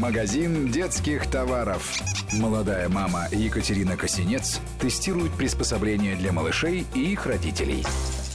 Магазин детских товаров. Молодая мама Екатерина Косинец тестирует приспособления для малышей и их родителей.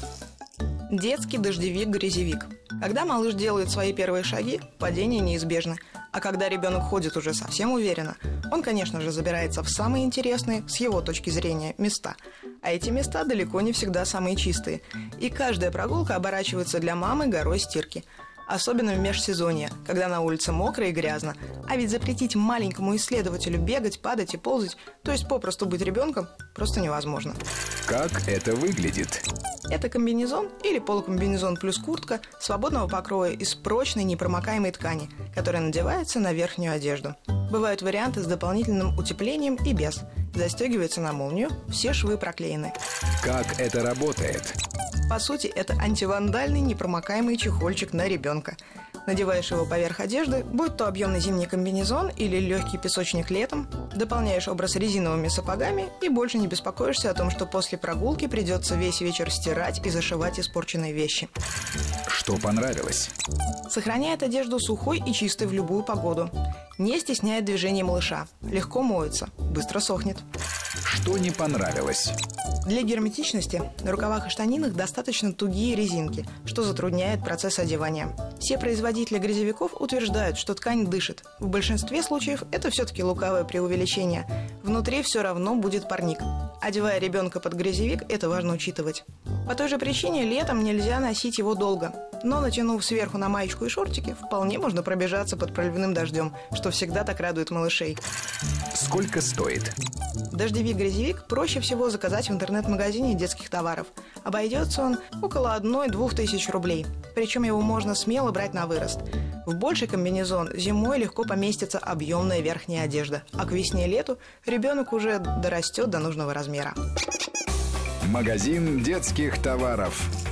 Детский дождевик-грязевик. Когда малыш делает свои первые шаги, падения неизбежны. А когда ребенок ходит уже совсем уверенно, он, конечно же, забирается в самые интересные, с его точки зрения, места. А эти места далеко не всегда самые чистые. И каждая прогулка оборачивается для мамы горой стирки. Особенно в межсезонье, когда на улице мокро и грязно. А ведь запретить маленькому исследователю бегать, падать и ползать, то есть попросту быть ребенком, просто невозможно. Как это выглядит? Это комбинезон или полукомбинезон плюс куртка свободного покроя из прочной непромокаемой ткани, которая надевается на верхнюю одежду. Бывают варианты с дополнительным утеплением и без. Застегивается на молнию, все швы проклеены. Как это работает? По сути, это антивандальный непромокаемый чехольчик на ребенка. Надеваешь его поверх одежды, будь то объемный зимний комбинезон или легкий песочник летом, дополняешь образ резиновыми сапогами и больше не беспокоишься о том, что после прогулки придется весь вечер стирать и зашивать испорченные вещи. Что понравилось? Сохраняет одежду сухой и чистой в любую погоду. Не стесняет движение малыша. Легко моется, быстро сохнет. Что не понравилось? Для герметичности на рукавах и штанинах достаточно тугие резинки, что затрудняет процесс одевания. Все производители грязевиков утверждают, что ткань дышит. В большинстве случаев это все-таки лукавое преувеличение. Внутри все равно будет парник. Одевая ребенка под грязевик, это важно учитывать. По той же причине летом нельзя носить его долго. Но, натянув сверху на маечку и шортики, вполне можно пробежаться под проливным дождем, что всегда так радует малышей. Сколько стоит? Дождевик-грязевик проще всего заказать в интернет-магазине детских товаров. Обойдется он около 1-2 тысяч рублей. Причем его можно смело брать на вырост. В больший комбинезон зимой легко поместится объемная верхняя одежда, а к весне-лету ребенок уже дорастет до нужного размера. Магазин детских товаров.